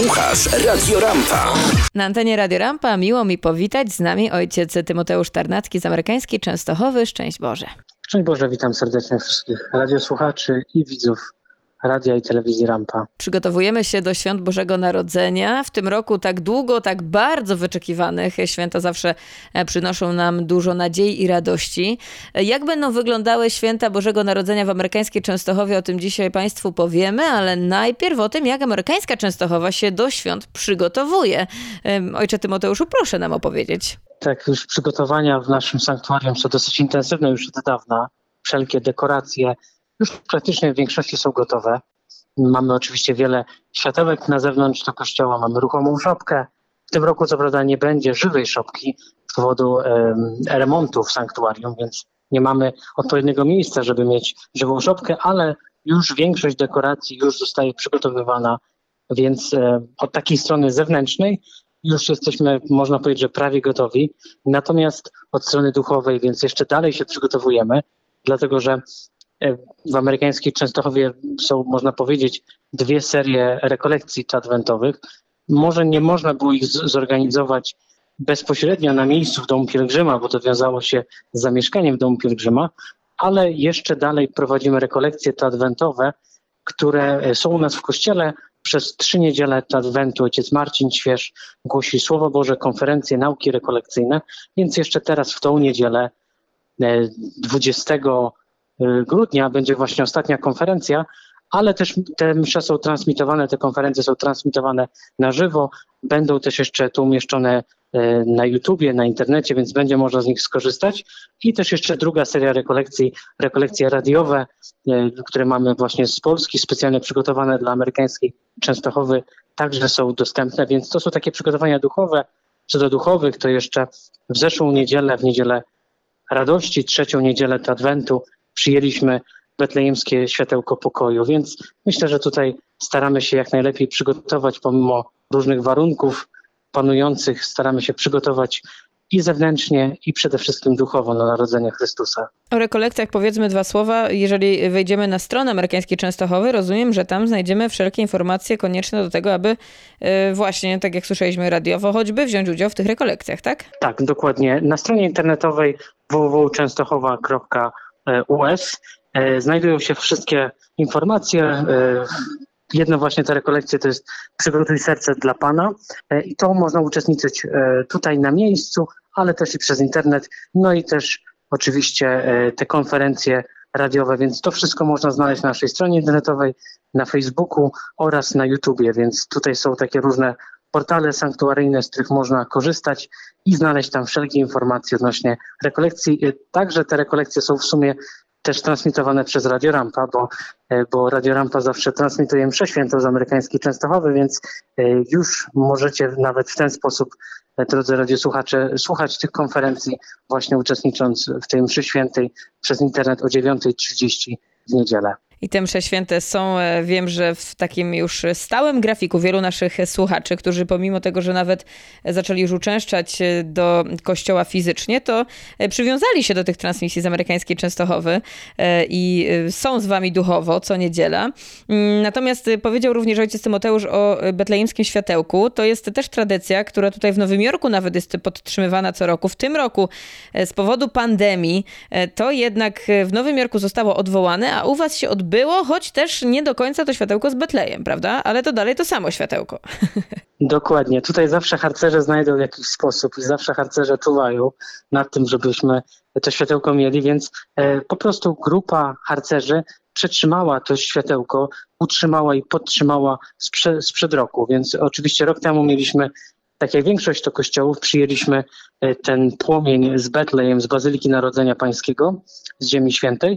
Słuchasz Radio Rampa. Na antenie Radio Rampa miło mi powitać z nami ojciec Tymoteusz Tarnacki z amerykańskiej Częstochowy. Szczęść Boże. Szczęść Boże, witam serdecznie wszystkich radiosłuchaczy i widzów radia i telewizji Rampa. Przygotowujemy się do Świąt Bożego Narodzenia. W tym roku tak długo, tak bardzo wyczekiwanych. Święta zawsze przynoszą nam dużo nadziei i radości. Jak będą wyglądały Święta Bożego Narodzenia w amerykańskiej Częstochowie, o tym dzisiaj Państwu powiemy, ale najpierw o tym, jak amerykańska Częstochowa się do świąt przygotowuje. Ojcze Tymoteuszu, proszę nam opowiedzieć. Tak, już przygotowania w naszym sanktuarium są dosyć intensywne już od dawna. Wszelkie dekoracje już praktycznie w większości są gotowe. Mamy oczywiście wiele światełek na zewnątrz do kościoła, mamy ruchomą szopkę. W tym roku co prawda nie będzie żywej szopki z powodu remontu w sanktuarium, więc nie mamy odpowiedniego miejsca, żeby mieć żywą szopkę, ale już większość dekoracji już zostaje przygotowywana, więc od takiej strony zewnętrznej już jesteśmy, można powiedzieć, że prawie gotowi. Natomiast od strony duchowej, więc jeszcze dalej się przygotowujemy, dlatego że w amerykańskiej Częstochowie są, można powiedzieć, 2 serie rekolekcji adwentowych. Może nie można było ich zorganizować bezpośrednio na miejscu w Domu Pielgrzyma, bo to wiązało się z zamieszkaniem w Domu Pielgrzyma, ale jeszcze dalej prowadzimy rekolekcje adwentowe, które są u nas w kościele. Przez 3 niedziele adwentu ojciec Marcin Śwież głosi Słowo Boże, konferencje, nauki rekolekcyjne, więc jeszcze teraz w tą niedzielę 20 grudnia będzie właśnie ostatnia konferencja, ale też te msze są transmitowane, te konferencje są transmitowane na żywo, będą też jeszcze tu umieszczone na YouTubie, na internecie, więc będzie można z nich skorzystać. I też jeszcze druga seria rekolekcji, rekolekcje radiowe, które mamy właśnie z Polski, specjalnie przygotowane dla amerykańskiej Częstochowy, także są dostępne, więc to są takie przygotowania duchowe. Co do duchowych, to jeszcze w zeszłą niedzielę, w Niedzielę Radości, 3. niedzielę Adwentu, przyjęliśmy betlejemskie światełko pokoju, więc myślę, że tutaj staramy się jak najlepiej przygotować pomimo różnych warunków panujących, staramy się przygotować i zewnętrznie, i przede wszystkim duchowo na Narodzenie Chrystusa. O rekolekcjach powiedzmy 2 słowa. Jeżeli wejdziemy na stronę amerykańskiej Częstochowy, rozumiem, że tam znajdziemy wszelkie informacje konieczne do tego, aby właśnie, tak jak słyszeliśmy radiowo, choćby wziąć udział w tych rekolekcjach, tak? Tak, dokładnie. Na stronie internetowej www.częstochowa.us znajdują się wszystkie informacje. Jedno właśnie te rekolekcje to jest Przygotuj serce dla Pana i to można uczestniczyć tutaj na miejscu, ale też i przez internet, no i też oczywiście te konferencje radiowe, więc to wszystko można znaleźć na naszej stronie internetowej, na Facebooku oraz na YouTubie, więc tutaj są takie różne portale sanktuaryjne, z których można korzystać i znaleźć tam wszelkie informacje odnośnie rekolekcji. Także te rekolekcje są w sumie też transmitowane przez Radio Rampa, bo Radio Rampa zawsze transmituje mszę świętą z amerykańskiej Częstochowy, więc już możecie nawet w ten sposób, drodzy radiosłuchacze, słuchać tych konferencji właśnie uczestnicząc w tej mszy świętej przez internet o 9:30 w niedzielę. I te msze święte są, wiem, że w takim już stałym grafiku wielu naszych słuchaczy, którzy pomimo tego, że nawet zaczęli już uczęszczać do kościoła fizycznie, to przywiązali się do tych transmisji z amerykańskiej Częstochowy i są z wami duchowo co niedziela. Natomiast powiedział również ojciec Tymoteusz o betlejemskim światełku. To jest też tradycja, która tutaj w Nowym Jorku nawet jest podtrzymywana co roku. W tym roku z powodu pandemii to jednak w Nowym Jorku zostało odwołane, a u was się odbyło, choć też nie do końca to światełko z Betlejem, prawda? Ale to dalej to samo światełko. Dokładnie. Tutaj zawsze harcerze znajdą jakiś sposób i zawsze harcerze czuwają nad tym, żebyśmy to światełko mieli, więc po prostu grupa harcerzy przetrzymała to światełko, utrzymała i podtrzymała sprzed roku. Więc oczywiście rok temu mieliśmy, tak jak większość to kościołów, przyjęliśmy ten płomień z Betlejem, z Bazyliki Narodzenia Pańskiego, z Ziemi Świętej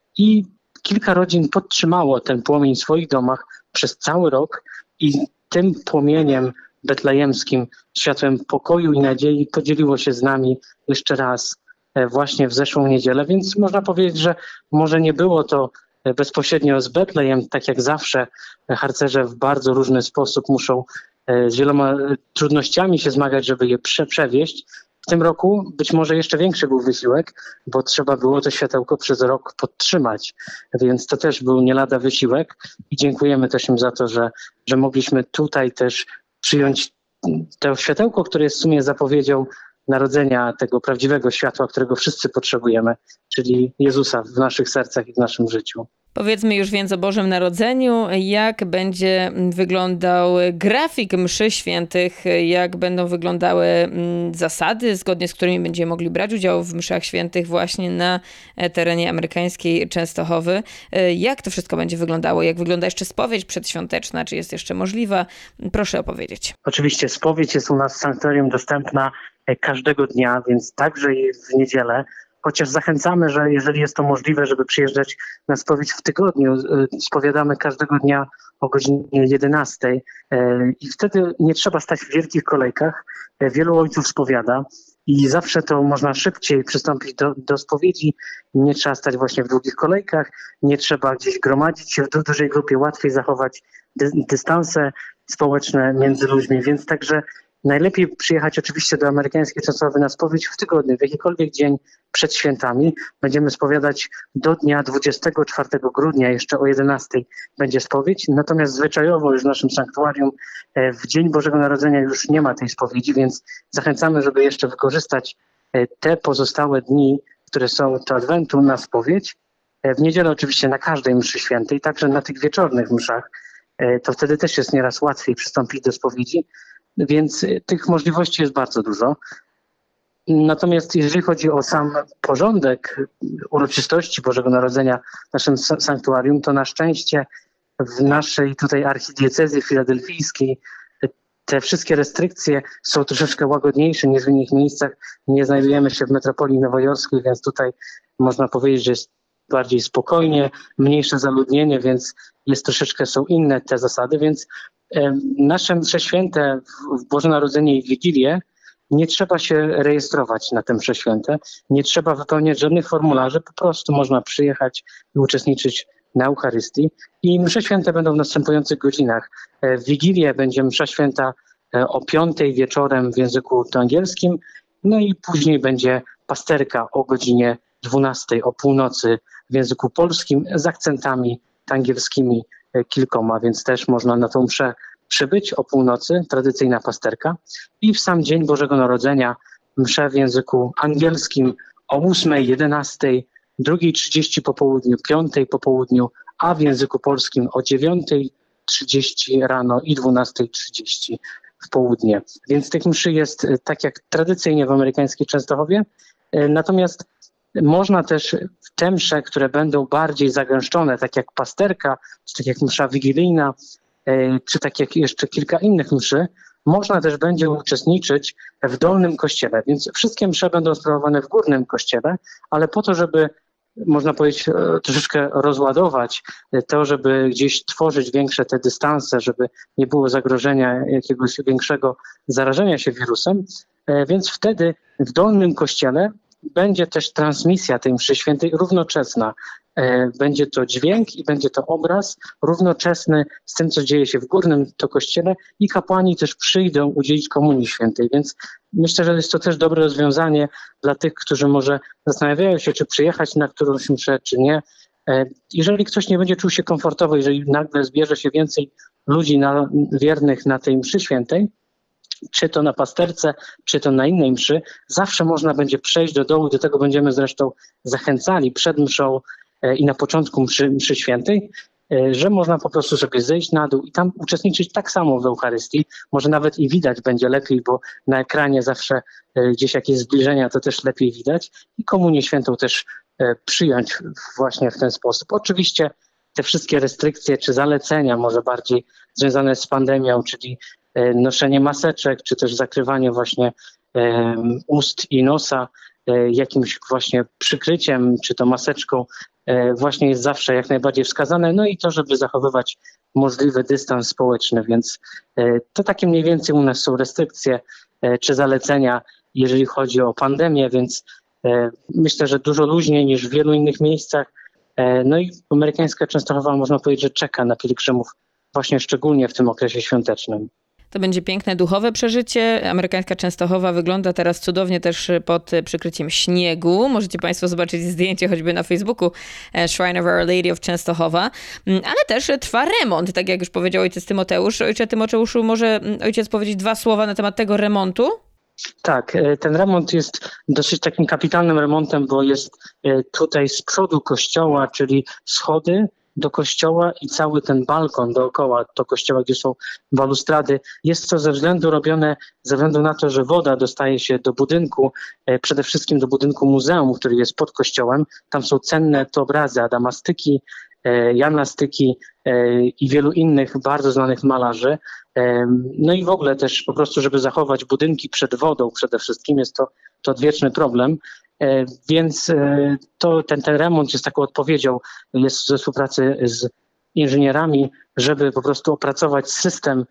i kilka rodzin podtrzymało ten płomień w swoich domach przez cały rok i tym płomieniem betlejemskim, światłem pokoju i nadziei podzieliło się z nami jeszcze raz właśnie w zeszłą niedzielę, więc można powiedzieć, że może nie było to bezpośrednio z Betlejem, tak jak zawsze harcerze w bardzo różny sposób muszą z wieloma trudnościami się zmagać, żeby je przewieźć. W tym roku być może jeszcze większy był wysiłek, bo trzeba było to światełko przez rok podtrzymać, więc to też był nie lada wysiłek i dziękujemy też im za to, że mogliśmy tutaj też przyjąć to światełko, które jest w sumie zapowiedzią narodzenia tego prawdziwego światła, którego wszyscy potrzebujemy, czyli Jezusa w naszych sercach i w naszym życiu. Powiedzmy już więc o Bożym Narodzeniu. Jak będzie wyglądał grafik mszy świętych? Jak będą wyglądały zasady, zgodnie z którymi będziemy mogli brać udział w mszach świętych właśnie na terenie amerykańskiej Częstochowy? Jak to wszystko będzie wyglądało? Jak wygląda jeszcze spowiedź przedświąteczna? Czy jest jeszcze możliwa? Proszę opowiedzieć. Oczywiście spowiedź jest u nas w sanktuarium dostępna każdego dnia, więc także i w niedzielę. Chociaż zachęcamy, że jeżeli jest to możliwe, żeby przyjeżdżać na spowiedź w tygodniu, spowiadamy każdego dnia o godzinie 11 i wtedy nie trzeba stać w wielkich kolejkach. Wielu ojców spowiada i zawsze to można szybciej przystąpić do spowiedzi. Nie trzeba stać właśnie w długich kolejkach, nie trzeba gdzieś gromadzić się w dużej grupie, łatwiej zachować dystanse społeczne między ludźmi, więc także najlepiej przyjechać oczywiście do amerykańskiej Częstochowy na spowiedź w tygodniu, w jakikolwiek dzień przed świętami. Będziemy spowiadać do dnia 24 grudnia, jeszcze o 11 będzie spowiedź. Natomiast zwyczajowo już w naszym sanktuarium w Dzień Bożego Narodzenia już nie ma tej spowiedzi, więc zachęcamy, żeby jeszcze wykorzystać te pozostałe dni, które są do Adwentu na spowiedź. W niedzielę oczywiście na każdej mszy świętej, także na tych wieczornych mszach. To wtedy też jest nieraz łatwiej przystąpić do spowiedzi. Więc tych możliwości jest bardzo dużo. Natomiast jeżeli chodzi o sam porządek uroczystości Bożego Narodzenia w naszym sanktuarium, to na szczęście w naszej tutaj archidiecezji filadelfijskiej te wszystkie restrykcje są troszeczkę łagodniejsze niż w innych miejscach. Nie znajdujemy się w metropolii nowojorskiej, więc tutaj można powiedzieć, że jest bardziej spokojnie, mniejsze zaludnienie, więc jest troszeczkę są inne te zasady, więc nasze msze święte w Boże Narodzenie i w Wigilię nie trzeba się rejestrować na te msze święte, nie trzeba wypełniać żadnych formularzy, po prostu można przyjechać i uczestniczyć na Eucharystii. I msze święte będą w następujących godzinach. W Wigilię będzie msza święta o 5 wieczorem w języku angielskim, no i później będzie pasterka o godzinie 12 o północy w języku polskim z akcentami angielskimi kilkoma, więc też można na tą mszę przybyć o północy, tradycyjna pasterka. I w sam dzień Bożego Narodzenia mszę w języku angielskim o 8, 11, 2:30 po południu, 5 po południu, a w języku polskim o 9:30 rano i 12:30 w południe. Więc tych mszy jest tak jak tradycyjnie w amerykańskiej Częstochowie. Natomiast można też w te msze, które będą bardziej zagęszczone, tak jak pasterka, czy tak jak msza wigilijna, czy tak jak jeszcze kilka innych mszy, można też będzie uczestniczyć w dolnym kościele. Więc wszystkie msze będą sprawowane w górnym kościele, ale po to, żeby można powiedzieć troszeczkę rozładować to, żeby gdzieś tworzyć większe te dystanse, żeby nie było zagrożenia jakiegoś większego zarażenia się wirusem. Więc wtedy w dolnym kościele będzie też transmisja tej mszy świętej równoczesna. Będzie to dźwięk i będzie to obraz równoczesny z tym, co dzieje się w górnym to kościele i kapłani też przyjdą udzielić komunii świętej. Więc myślę, że jest to też dobre rozwiązanie dla tych, którzy może zastanawiają się, czy przyjechać na którąś mszę, czy nie. Jeżeli ktoś nie będzie czuł się komfortowo, jeżeli nagle zbierze się więcej ludzi wiernych na tej mszy świętej, czy to na pasterce, czy to na innej mszy, zawsze można będzie przejść do dołu. Do tego będziemy zresztą zachęcali przed mszą i na początku mszy świętej, że można po prostu sobie zejść na dół i tam uczestniczyć tak samo w Eucharystii. Może nawet i widać będzie lepiej, bo na ekranie zawsze gdzieś jakieś zbliżenia to też lepiej widać i komunię świętą też przyjąć właśnie w ten sposób. Oczywiście te wszystkie restrykcje czy zalecenia może bardziej związane z pandemią, czyli noszenie maseczek, czy też zakrywanie właśnie ust i nosa jakimś właśnie przykryciem, czy to maseczką, właśnie jest zawsze jak najbardziej wskazane. No i to, żeby zachowywać możliwy dystans społeczny, więc to takie mniej więcej u nas są restrykcje czy zalecenia, jeżeli chodzi o pandemię, więc myślę, że dużo luźniej niż w wielu innych miejscach. No i amerykańska Częstochowa można powiedzieć, że czeka na pielgrzymów właśnie szczególnie w tym okresie świątecznym. To będzie piękne, duchowe przeżycie. Amerykańska Częstochowa wygląda teraz cudownie też pod przykryciem śniegu. Możecie Państwo zobaczyć zdjęcie choćby na Facebooku Shrine of Our Lady of Częstochowa. Ale też trwa remont, tak jak już powiedział ojciec Tymoteusz. Ojcze Tymoteuszu, może ojciec powiedzieć 2 słowa na temat tego remontu? Tak, ten remont jest dosyć takim kapitalnym remontem, bo jest tutaj z przodu kościoła, czyli schody do kościoła i cały ten balkon dookoła do kościoła, gdzie są balustrady. Jest to robione ze względu na to, że woda dostaje się do budynku, przede wszystkim do budynku muzeum, który jest pod kościołem. Tam są cenne te obrazy Adama Styki, Jana Styki i wielu innych bardzo znanych malarzy. No i w ogóle też po prostu, żeby zachować budynki przed wodą przede wszystkim, jest to odwieczny problem. Więc ten remont jest taką odpowiedzią, jest ze współpracy z inżynierami, żeby po prostu opracować system,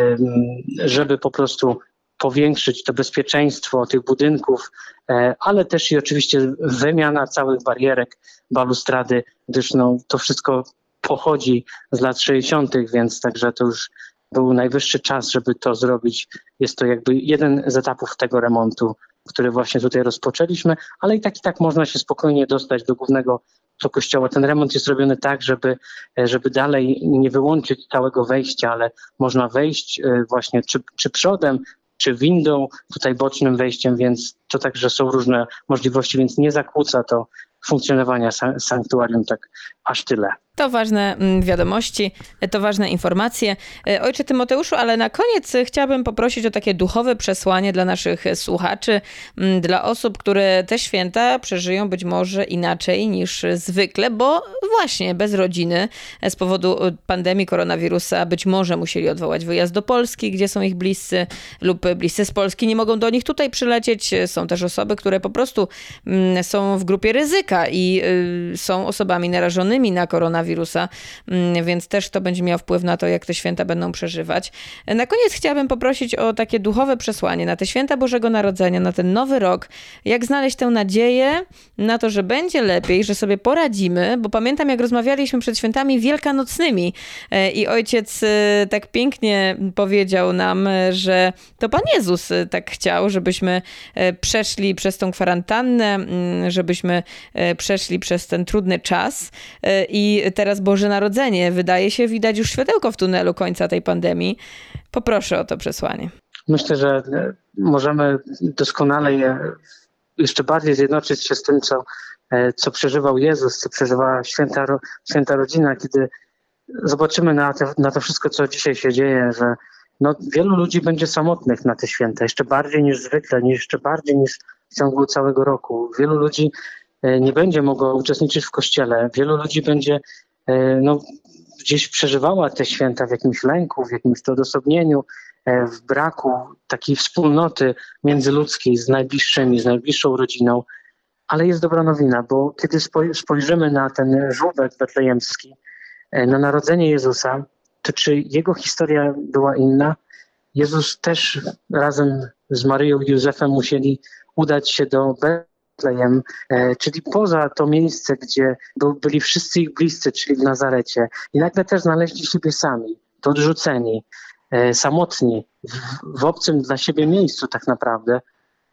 żeby po prostu powiększyć to bezpieczeństwo tych budynków, ale też i oczywiście wymiana całych barierek, balustrady, gdyż to wszystko pochodzi z lat 60., więc także to już był najwyższy czas, żeby to zrobić. Jest to jakby jeden z etapów tego remontu, który właśnie tutaj rozpoczęliśmy, ale i tak można się spokojnie dostać do głównego kościoła. Ten remont jest robiony tak, żeby dalej nie wyłączyć całego wejścia, ale można wejść właśnie czy przodem, czy windą, tutaj bocznym wejściem, więc to także są różne możliwości, więc nie zakłóca to funkcjonowania sanktuarium tak aż tyle. To ważne wiadomości, to ważne informacje. Ojcze Tymoteuszu, ale na koniec chciałabym poprosić o takie duchowe przesłanie dla naszych słuchaczy, dla osób, które te święta przeżyją być może inaczej niż zwykle, bo właśnie bez rodziny z powodu pandemii koronawirusa być może musieli odwołać wyjazd do Polski, gdzie są ich bliscy lub bliscy z Polski nie mogą do nich tutaj przylecieć. Są też osoby, które po prostu są w grupie ryzyka i są osobami narażonymi na koronawirusa, więc też to będzie miało wpływ na to, jak te święta będą przeżywać. Na koniec chciałabym poprosić o takie duchowe przesłanie na te święta Bożego Narodzenia, na ten nowy rok. Jak znaleźć tę nadzieję na to, że będzie lepiej, że sobie poradzimy, bo pamiętam, jak rozmawialiśmy przed świętami wielkanocnymi i ojciec tak pięknie powiedział nam, że to Pan Jezus tak chciał, żebyśmy przeszli przez tą kwarantannę, żebyśmy przeszli przez ten trudny czas i teraz Boże Narodzenie. Wydaje się, widać już światełko w tunelu końca tej pandemii. Poproszę o to przesłanie. Myślę, że możemy doskonale jeszcze bardziej zjednoczyć się z tym, co przeżywał Jezus, co przeżywała święta rodzina, kiedy zobaczymy na to wszystko, co dzisiaj się dzieje, że wielu ludzi będzie samotnych na te święta, jeszcze bardziej niż zwykle, jeszcze bardziej niż w ciągu całego roku. Wielu ludzi nie będzie mogło uczestniczyć w kościele. Wielu ludzi będzie gdzieś przeżywała te święta w jakimś lęku, w jakimś odosobnieniu, w braku takiej wspólnoty międzyludzkiej z najbliższymi, z najbliższą rodziną. Ale jest dobra nowina, bo kiedy spojrzymy na ten żłóbek betlejemski, na narodzenie Jezusa, to czy jego historia była inna? Jezus też razem z Maryją i Józefem musieli udać się do Betlejem, czyli poza to miejsce, gdzie byli wszyscy ich bliscy, czyli w Nazarecie. I nagle też znaleźli siebie sami, to odrzuceni, samotni, w obcym dla siebie miejscu tak naprawdę.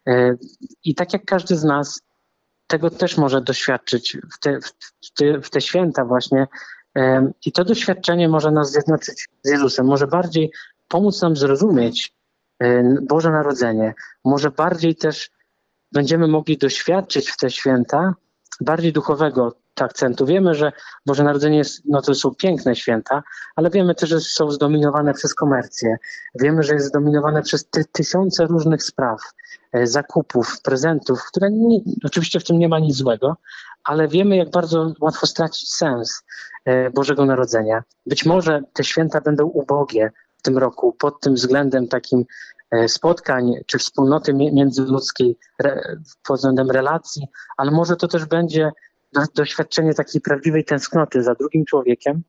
I tak jak każdy z nas, tego też może doświadczyć w te święta właśnie. I to doświadczenie może nas zjednoczyć z Jezusem, może bardziej pomóc nam zrozumieć Boże Narodzenie. Może bardziej też będziemy mogli doświadczyć w te święta bardziej duchowego akcentu. Wiemy, że Boże Narodzenie to są piękne święta, ale wiemy też, że są zdominowane przez komercję. Wiemy, że jest zdominowane przez tysiące różnych spraw, zakupów, prezentów, które oczywiście w tym nie ma nic złego, ale wiemy, jak bardzo łatwo stracić sens Bożego Narodzenia. Być może te święta będą ubogie w tym roku pod tym względem takim spotkań czy wspólnoty międzyludzkiej pod względem relacji, ale może to też będzie doświadczenie takiej prawdziwej tęsknoty za drugim człowiekiem,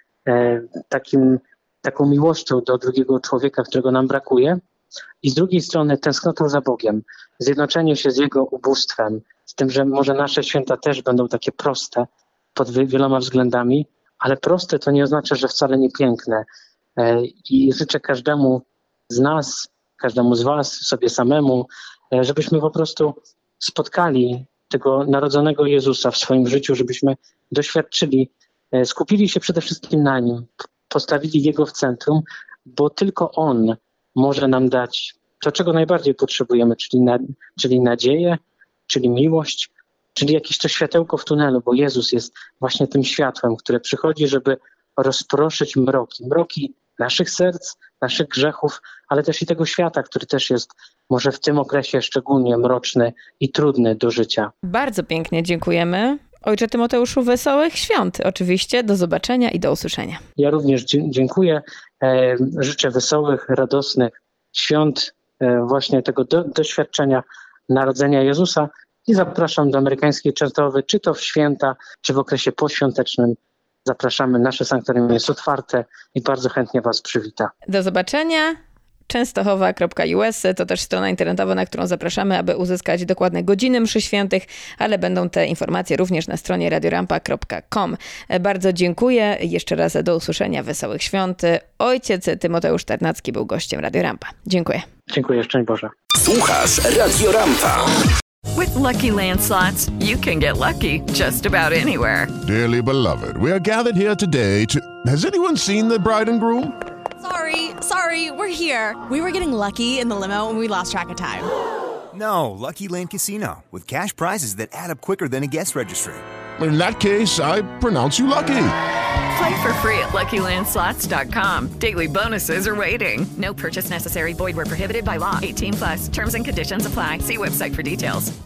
taką miłością do drugiego człowieka, którego nam brakuje, i z drugiej strony tęsknotą za Bogiem, zjednoczenie się z Jego ubóstwem, z tym, że może nasze święta też będą takie proste pod wieloma względami, ale proste to nie oznacza, że wcale nie piękne. I życzę każdemu z nas, każdemu z was, sobie samemu, żebyśmy po prostu spotkali tego narodzonego Jezusa w swoim życiu, żebyśmy doświadczyli, skupili się przede wszystkim na Nim, postawili Jego w centrum, bo tylko On może nam dać to, czego najbardziej potrzebujemy, czyli nadzieję, czyli miłość, czyli jakieś to światełko w tunelu, bo Jezus jest właśnie tym światłem, które przychodzi, żeby rozproszyć mroki naszych serc, naszych grzechów, ale też i tego świata, który też jest może w tym okresie szczególnie mroczny i trudny do życia. Bardzo pięknie dziękujemy. Ojcze Tymoteuszu, wesołych świąt oczywiście. Do zobaczenia i do usłyszenia. Ja również dziękuję. Życzę wesołych, radosnych świąt, właśnie tego doświadczenia narodzenia Jezusa i zapraszam do amerykańskiej Częstochowy, czy to w święta, czy w okresie poświątecznym. Zapraszamy, nasze sanktuarium jest otwarte i bardzo chętnie was przywita. Do zobaczenia. Częstochowa.us to też strona internetowa, na którą zapraszamy, aby uzyskać dokładne godziny mszy świętych, ale będą te informacje również na stronie radiorampa.com. Bardzo dziękuję. Jeszcze raz do usłyszenia. Wesołych świąt. Ojciec Tymoteusz Ternacki był gościem Radio Rampa. Dziękuję. Dziękuję, szczęść Boże. Słuchasz Radio Rampa. With Lucky Land Slots, you can get lucky just about anywhere. Dearly beloved, we are gathered here today to... Has anyone seen the bride and groom? Sorry, we're here. We were getting lucky in the limo and we lost track of time. No, Lucky Land Casino, with cash prizes that add up quicker than a guest registry. In that case, I pronounce you lucky. Play for free at LuckyLandSlots.com. Daily bonuses are waiting. No purchase necessary. Void where prohibited by law. 18+. Terms and conditions apply. See website for details.